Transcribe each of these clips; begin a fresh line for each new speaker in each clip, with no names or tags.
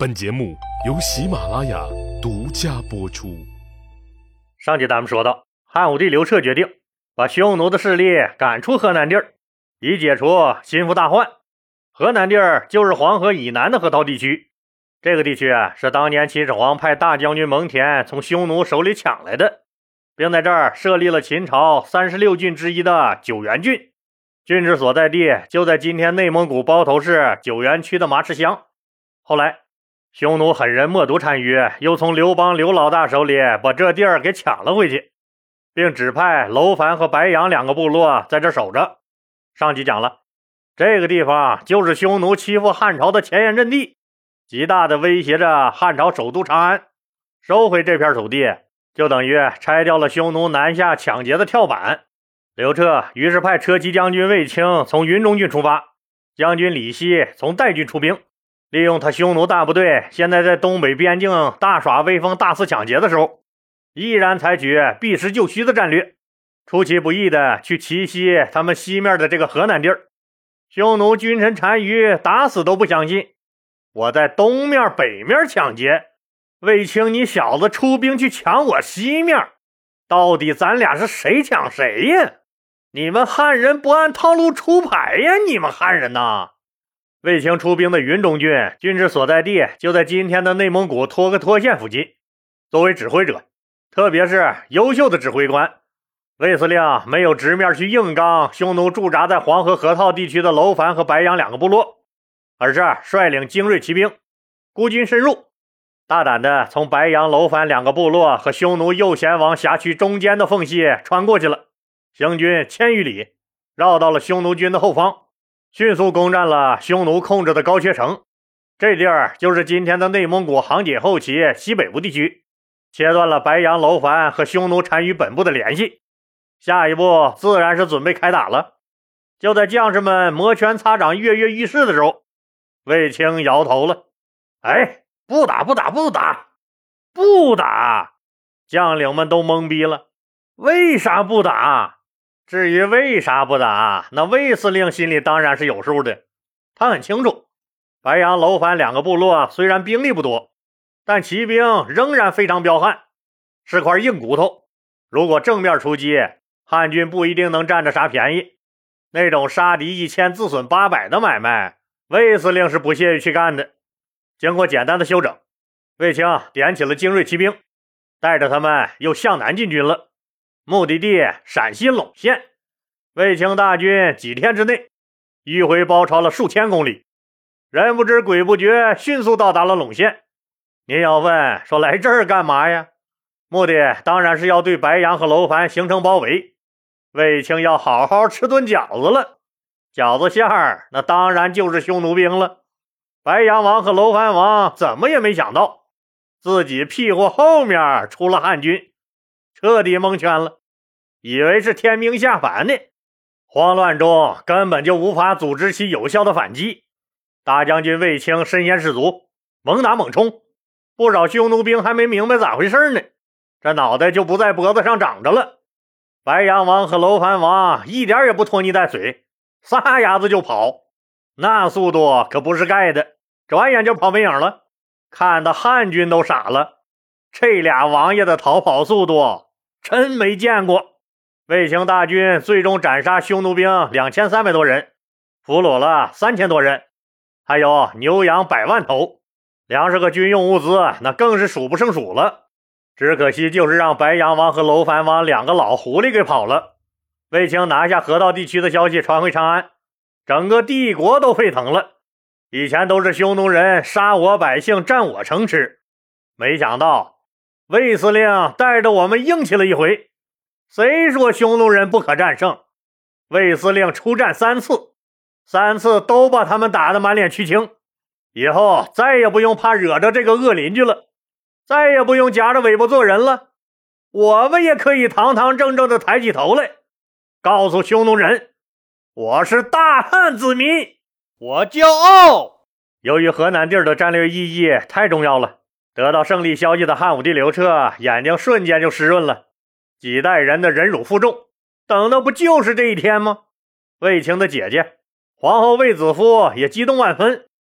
本节目由喜马拉雅独家播出。
上集咱们说到，汉武帝刘彻决定把匈奴的势力赶出河南地儿，以解除心腹大患。河南地儿就是黄河以南的河套地区，这个地区是当年秦始皇派大将军蒙恬从匈奴手里抢来的，并在这儿设立了秦朝36郡之一的九原郡，郡治所在地就在今天内蒙古包头市九原区的马池乡。后来匈奴狠人冒顿单于又从刘邦刘老大手里把这地儿给抢了回去，并指派楼烦和白杨两个部落在这守着。上集讲了，这个地方就是匈奴欺负汉朝的前沿阵地，极大的威胁着汉朝首都长安。收回这片土地就等于拆掉了匈奴南下抢劫的跳板。刘彻于是派车骑将军卫青从云中郡出发，将军李希从代郡出兵，利用他匈奴大部队现在在东北边境大耍威风大肆抢劫的时候，依然采取避实就虚的战略，出其不意的去奇袭他们西面的这个河南地儿。匈奴君臣单于打死都不相信，我在东面北面抢劫，卫青你小子出兵去抢我西面，到底咱俩是谁抢谁呀？你们汉人不按套路出牌呀，你们汉人呐！卫青出兵的云中郡郡治所在地就在今天的内蒙古托克托县附近。作为指挥者，特别是优秀的指挥官，卫司令没有直面去硬刚匈奴驻扎在黄河河套地区的楼烦和白杨两个部落，而是率领精锐骑兵孤军深入，大胆的从白杨楼烦两个部落和匈奴右贤王辖区中间的缝隙穿过去了，行军1000余里，绕到了匈奴军的后方，迅速攻占了匈奴控制的高阙城。这地儿就是今天的内蒙古杭锦后旗西北部地区，切断了白杨楼烦和匈奴单于本部的联系。下一步自然是准备开打了。就在将士们摩拳擦掌跃跃欲试的时候，卫青摇头了，不打不打不打不打！将领们都懵逼了，为啥不打？至于为啥不打，那卫司令心里当然是有数的。他很清楚，白杨楼烦两个部落虽然兵力不多，但骑兵仍然非常彪悍，是块硬骨头。如果正面出击，汉军不一定能占着啥便宜。那种杀敌1000自损800的买卖，卫司令是不屑于去干的。经过简单的休整，卫青点起了精锐骑兵，带着他们又向南进军了。目的地陕西陇县，卫青大军几天之内迂回包抄了数千公里，人不知鬼不觉迅速到达了陇县。您要问说来这儿干嘛呀？目的当然是要对白杨和楼烦形成包围，卫青要好好吃顿饺子了。饺子馅儿那当然就是匈奴兵了。白杨王和楼烦王怎么也没想到，自己屁股后面出了汉军，彻底蒙圈了，以为是天兵下凡呢。慌乱中根本就无法组织起有效的反击。大将军卫青身先士卒，猛打猛冲，不少匈奴兵还没明白咋回事呢，这脑袋就不在脖子上长着了。白杨王和楼烦王一点也不拖泥带水，撒丫子就跑，那速度可不是盖的，转眼就跑没影了，看得汉军都傻了。这俩王爷的逃跑速度真没见过。卫青大军最终斩杀匈奴兵2300多人，俘虏了3000多人，还有牛羊100万头，粮食和军用物资那更是数不胜数了。只可惜就是让白杨王和楼烦王两个老狐狸给跑了。卫青拿下河套地区的消息传回长安，整个帝国都沸腾了。以前都是匈奴人杀我百姓占我城池，没想到卫司令带着我们硬气了一回。谁说匈奴人不可战胜？卫司令出战3次，3次都把他们打得满脸蛆青。以后再也不用怕惹着这个恶邻居了，再也不用夹着尾巴做人了，我们也可以堂堂正正的抬起头来，告诉匈奴人，我是大汉子民，我骄傲。由于河南地儿的战略意义太重要了，得到胜利消息的汉武帝刘彻眼睛瞬间就湿润了，几代人的忍辱负重，等的不就是这一天吗？卫青的姐姐皇后卫子夫也激动万分，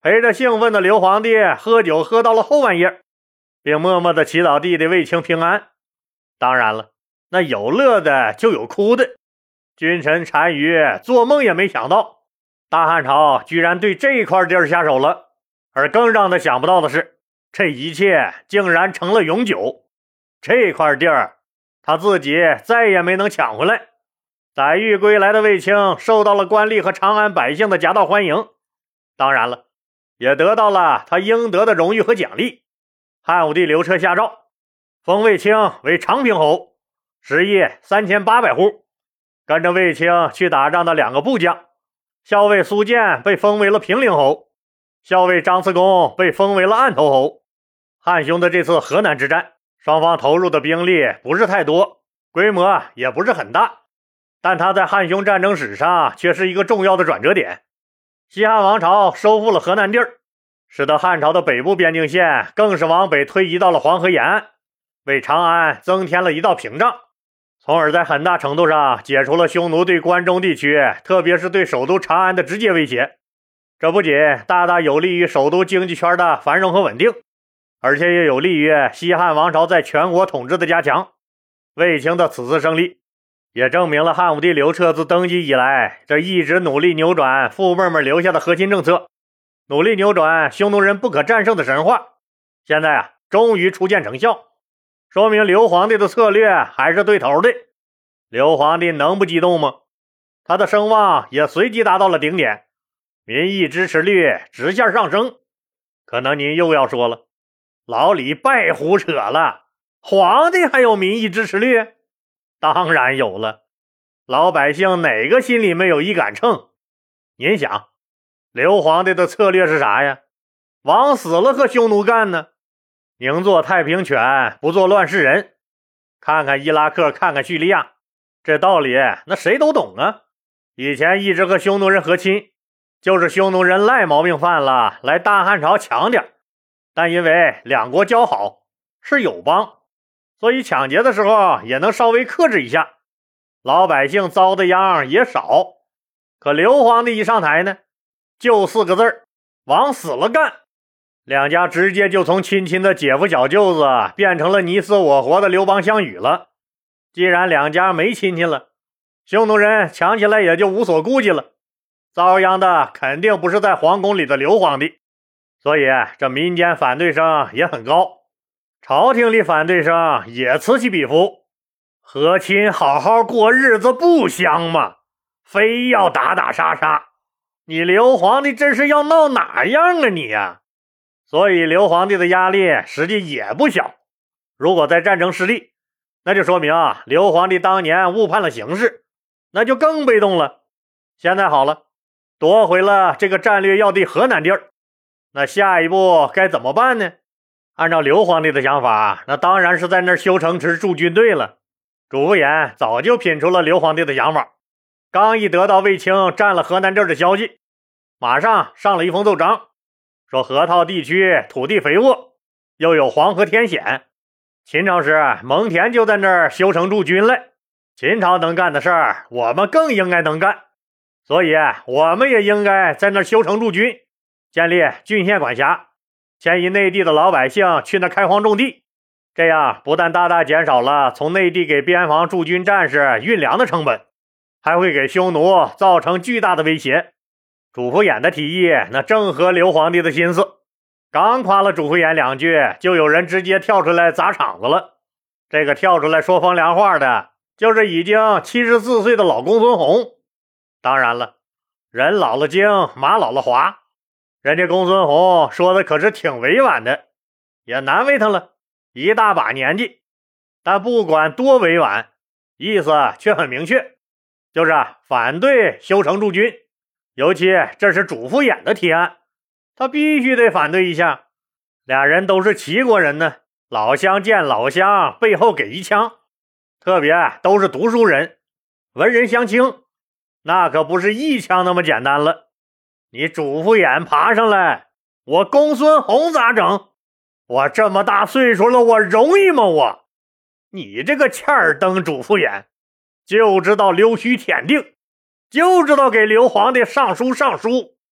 陪着兴奋的刘皇帝喝酒喝到了后半夜，并默默地祈祷弟弟卫青平安。当然了，那有乐的就有哭的。君臣单于做梦也没想到，大汉朝居然对这块地儿下手了。而更让他想不到的是，这一切竟然成了永久。这块地儿他自己再也没能抢回来。载誉归来的卫青受到了官吏和长安百姓的夹道欢迎，当然了，也得到了他应得的荣誉和奖励。汉武帝刘彻下诏，封卫青为长平侯，食邑3800户。跟着卫青去打仗的2个部将，校尉苏建被封为了平陵侯，校尉张慈公被封为了案头侯。汉兄的这次河南之战，双方投入的兵力不是太多，规模也不是很大，但他在汉匈战争史上却是一个重要的转折点。西汉王朝收复了河南地儿，使得汉朝的北部边境线更是往北推移到了黄河沿岸，为长安增添了一道屏障，从而在很大程度上解除了匈奴对关中地区，特别是对首都长安的直接威胁。这不仅大大有利于首都经济圈的繁荣和稳定，而且也有利于西汉王朝在全国统治的加强。卫青的此次胜利也证明了汉武帝刘彻自登基以来，这一直努力扭转父辈们留下的核心政策，努力扭转匈奴人不可战胜的神话，现在终于初见成效，说明刘皇帝的策略还是对头的。刘皇帝能不激动吗？他的声望也随即达到了顶点，民意支持率直线上升。可能您又要说了，老李别胡扯了，皇帝还有民意支持率？当然有了，老百姓哪个心里没有一杆秤？您想，刘皇帝的策略是啥呀？往死了和匈奴干呢？宁做太平犬，不做乱世人。看看伊拉克，看看叙利亚，这道理那谁都懂啊。以前一直和匈奴人和亲，就是匈奴人赖毛病犯了，来大汉朝抢点，但因为两国交好，是友邦，所以抢劫的时候也能稍微克制一下，老百姓遭的殃也少。可刘皇帝一上台呢，就4个字儿，往死了干。两家直接就从亲亲的姐夫小舅子变成了你死我活的刘邦项羽了。既然两家没亲戚了，匈奴人抢起来也就无所顾忌了，遭殃的肯定不是在皇宫里的刘皇帝，所以这民间反对声也很高，朝廷里反对声也此起彼伏。和亲好好过日子不香吗？非要打打杀杀，你刘皇帝这是要闹哪样啊你呀？所以刘皇帝的压力实际也不小。如果在战争失利，那就说明刘皇帝当年误判了形势，那就更被动了。现在好了，夺回了这个战略要地河南地儿，那下一步该怎么办呢？按照刘皇帝的想法，那当然是在那儿修城池驻军队了。主父偃早就品出了刘皇帝的想法，刚一得到卫青占了河南地儿的消息，马上上了一封奏章，说河套地区土地肥沃，又有黄河天险，秦朝时蒙恬就在那儿修城驻军了。秦朝能干的事儿，我们更应该能干，所以我们也应该在那儿修城驻军，建立郡县管辖，迁移内地的老百姓去那开荒种地，这样不但大大减少了从内地给边防驻军战士运粮的成本，还会给匈奴造成巨大的威胁。主父偃的提议那正合刘皇帝的心思，刚夸了主父偃2句，就有人直接跳出来砸场子了。这个跳出来说风凉话的就是已经74岁的老公孙弘。当然了，人老了精，马老了滑，人家公孙弘说的可是挺委婉的，也难为他了，一大把年纪。但不管多委婉，意思却很明确，就是反对修城驻军，尤其这是主父偃的提案，他必须得反对一下。俩人都是齐国人呢，老乡见老乡，背后给一枪，特别都是读书人，文人相轻，那可不是一枪那么简单了。你主父偃爬上来，我公孙弘咋整？我这么大岁数了，我容易吗我？你这个欠儿登主父偃，就知道溜须舔腚，就知道给刘皇帝上书。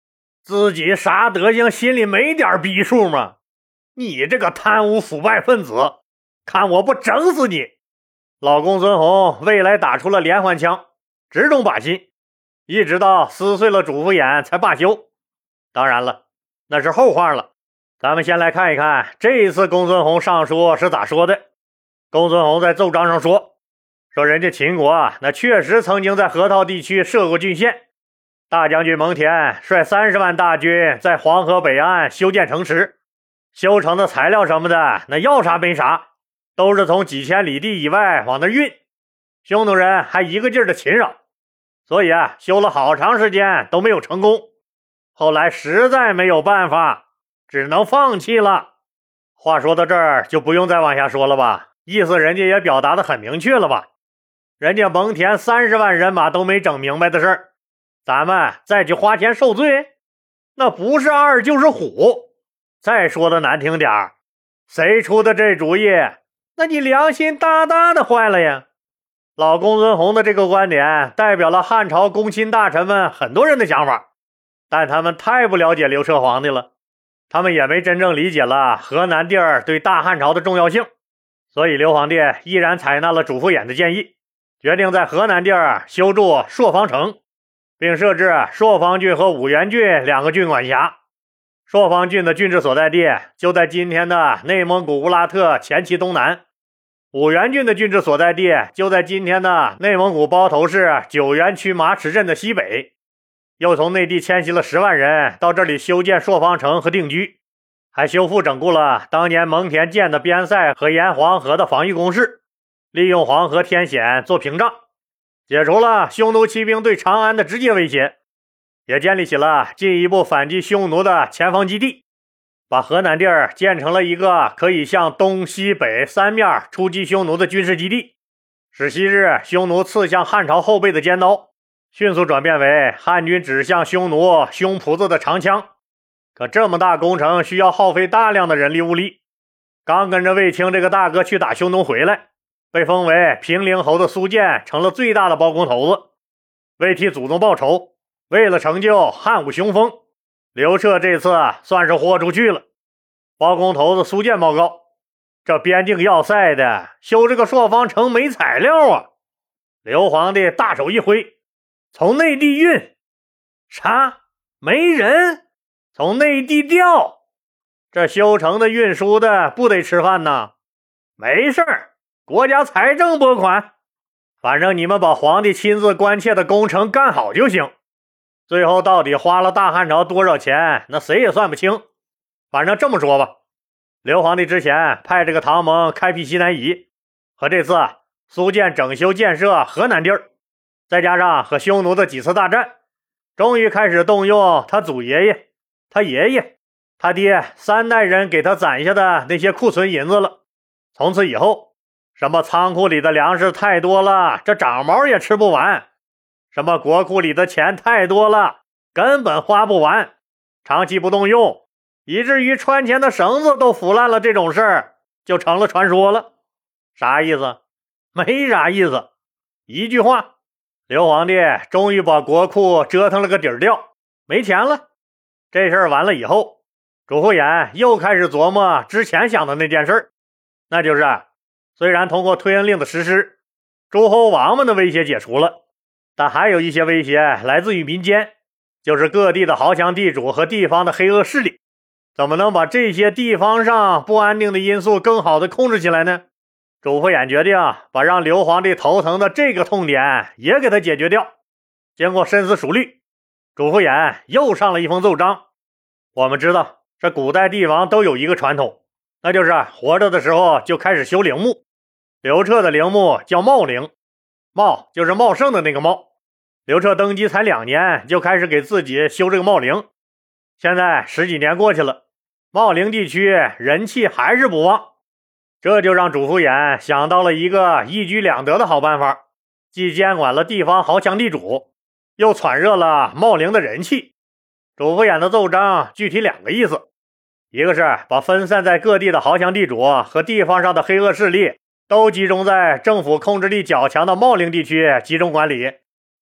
自己啥德行，心里没点逼数吗？你这个贪污腐败分子，看我不整死你！老公孙弘未来打出了连环枪，直中靶心，一直到撕碎了主父偃才罢休。当然了，那是后话了。咱们先来看一看这一次公孙弘上书是咋说的。公孙弘在奏章上说人家秦国那确实曾经在河套地区设过郡县，大将军蒙恬率30万大军在黄河北岸修建城池，修城的材料什么的那要啥没啥，都是从几千里地以外往那运，匈奴人还一个劲儿的侵扰，所以修了好长时间都没有成功，后来实在没有办法，只能放弃了。话说到这儿就不用再往下说了吧，意思人家也表达的很明确了吧。人家蒙恬30万人马都没整明白的事儿，咱们再去花钱受罪，那不是二就是虎。再说的难听点儿，谁出的这主意，那你良心大大的坏了呀。老公孙弘的这个观点代表了汉朝公卿大臣们很多人的想法，但他们太不了解刘彻皇帝了，他们也没真正理解了河南地儿对大汉朝的重要性，所以刘皇帝依然采纳了主父偃的建议，决定在河南地儿修筑朔方城，并设置朔方郡和五原郡2个郡管辖。朔方郡的郡治所在地就在今天的内蒙古乌拉特前旗东南，五原郡的郡治所在地就在今天的内蒙古包头市九原区马齿镇的西北。又从内地迁徙了10万人到这里修建朔方城和定居，还修复整固了当年蒙恬建的边塞和沿黄河的防御工事，利用黄河天险做屏障，解除了匈奴骑兵对长安的直接威胁，也建立起了进一步反击匈奴的前方基地，把河南地儿建成了一个可以向东西北3面出击匈奴的军事基地，使昔日匈奴刺向汉朝后背的尖刀迅速转变为汉军指向匈奴胸脯子的长枪。可这么大工程需要耗费大量的人力物力，刚跟着卫青这个大哥去打匈奴回来，被封为平陵侯的苏建成了最大的包工头子。为替祖宗报仇，为了成就汉武雄风，刘彻这次算是豁出去了。包工头子苏建报告，这边境要塞的修这个朔方城没材料啊。刘皇帝大手一挥，从内地运。啥？没人？从内地调？这修城的运输的不得吃饭呢？没事儿，国家财政拨款，反正你们把皇帝亲自关切的工程干好就行。最后到底花了大汉朝多少钱，那谁也算不清。反正这么说吧，刘皇帝之前派这个唐蒙开辟西南夷，和这次苏建整修建设河南地儿，再加上和匈奴的几次大战，终于开始动用他祖爷爷、他爷爷、他爹3代人给他攒下的那些库存银子了。从此以后，什么仓库里的粮食太多了，这长毛也吃不完，什么国库里的钱太多了，根本花不完，长期不动用，以至于穿钱的绳子都腐烂了，这种事儿就成了传说了。啥意思？没啥意思，一句话，刘皇帝终于把国库折腾了个底儿掉，没钱了。这事儿完了以后，主父偃又开始琢磨之前想的那件事儿，那就是虽然通过推恩令的实施，诸侯王们的威胁解除了，但还有一些威胁来自于民间，就是各地的豪强地主和地方的黑恶势力。怎么能把这些地方上不安定的因素更好的控制起来呢？主父偃决定把让刘皇帝头疼的这个痛点也给他解决掉。经过深思熟虑，主父偃又上了一封奏章。我们知道这古代帝王都有一个传统，那就是活着的时候就开始修陵墓。刘彻的陵墓叫茂陵，茂就是茂盛的那个茂。刘彻登基才2年就开始给自己修这个茂陵，现在10几年过去了，茂陵地区人气还是不旺，这就让主父偃想到了一个一举两得的好办法，既监管了地方豪强地主，又攒热了茂陵的人气。主父偃的奏章具体2个意思，一个是把分散在各地的豪强地主和地方上的黑恶势力都集中在政府控制力较强的茂陵地区集中管理，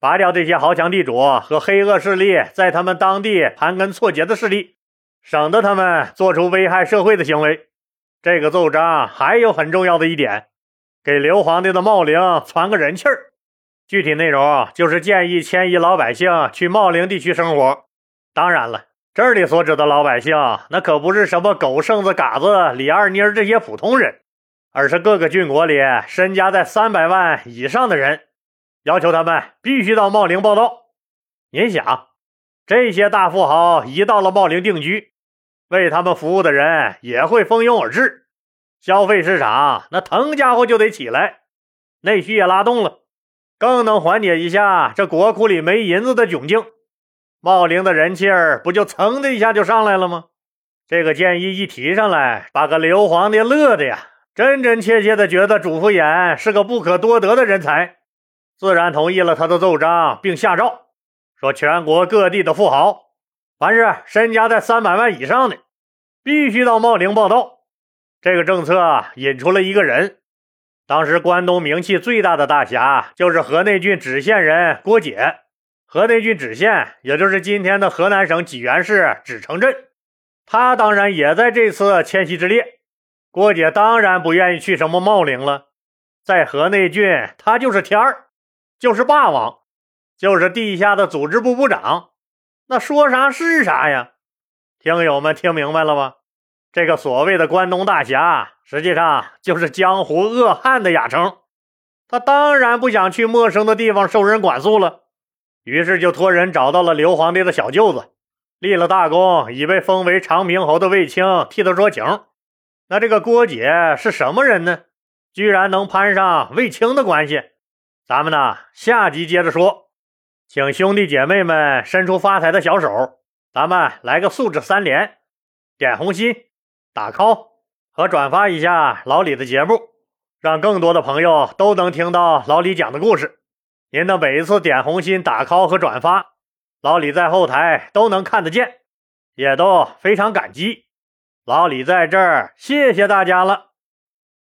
拔掉这些豪强地主和黑恶势力在他们当地盘根错节的势力，省得他们做出危害社会的行为。这个奏章还有很重要的一点，给刘皇帝的茂陵传个人气儿。具体内容就是建议迁移老百姓去茂陵地区生活。当然了，这里所指的老百姓，那可不是什么狗剩子、嘎子、李二妮这些普通人，而是各个郡国里身家在300万以上的人，要求他们必须到茂陵报到。您想，这些大富豪一到了茂陵定居，为他们服务的人也会蜂拥而至，消费市场那腾家伙就得起来，内需也拉动了，更能缓解一下这国库里没银子的窘境。茂陵的人气儿不就噌的一下就上来了吗？这个建议一提上来，把个刘皇帝乐的呀，真真切切的觉得主父偃是个不可多得的人才，自然同意了他的奏章，并下诏说全国各地的富豪，凡是身家在300万以上的，必须到茂陵报到。这个政策引出了一个人，当时关东名气最大的大侠就是河内郡芷县人郭解。河内郡芷县也就是今天的河南省济源市芷城镇，他当然也在这次迁徙之列。郭解当然不愿意去什么茂陵了，在河内郡他就是天儿，就是霸王，就是地下的组织部部长，那说啥是啥呀。听友们听明白了吗？这个所谓的关东大侠，实际上就是江湖恶汉的雅称。他当然不想去陌生的地方受人管束了，于是就托人找到了刘皇帝的小舅子，立了大功，已被封为长平侯的卫青替他说情。那这个郭解是什么人呢？居然能攀上卫青的关系？咱们呢下集接着说。请兄弟姐妹们伸出发财的小手，咱们来个素质3连，点红心、打 call 和转发一下老李的节目，让更多的朋友都能听到老李讲的故事。您的每一次点红心、打 call 和转发，老李在后台都能看得见，也都非常感激。老李在这儿谢谢大家了。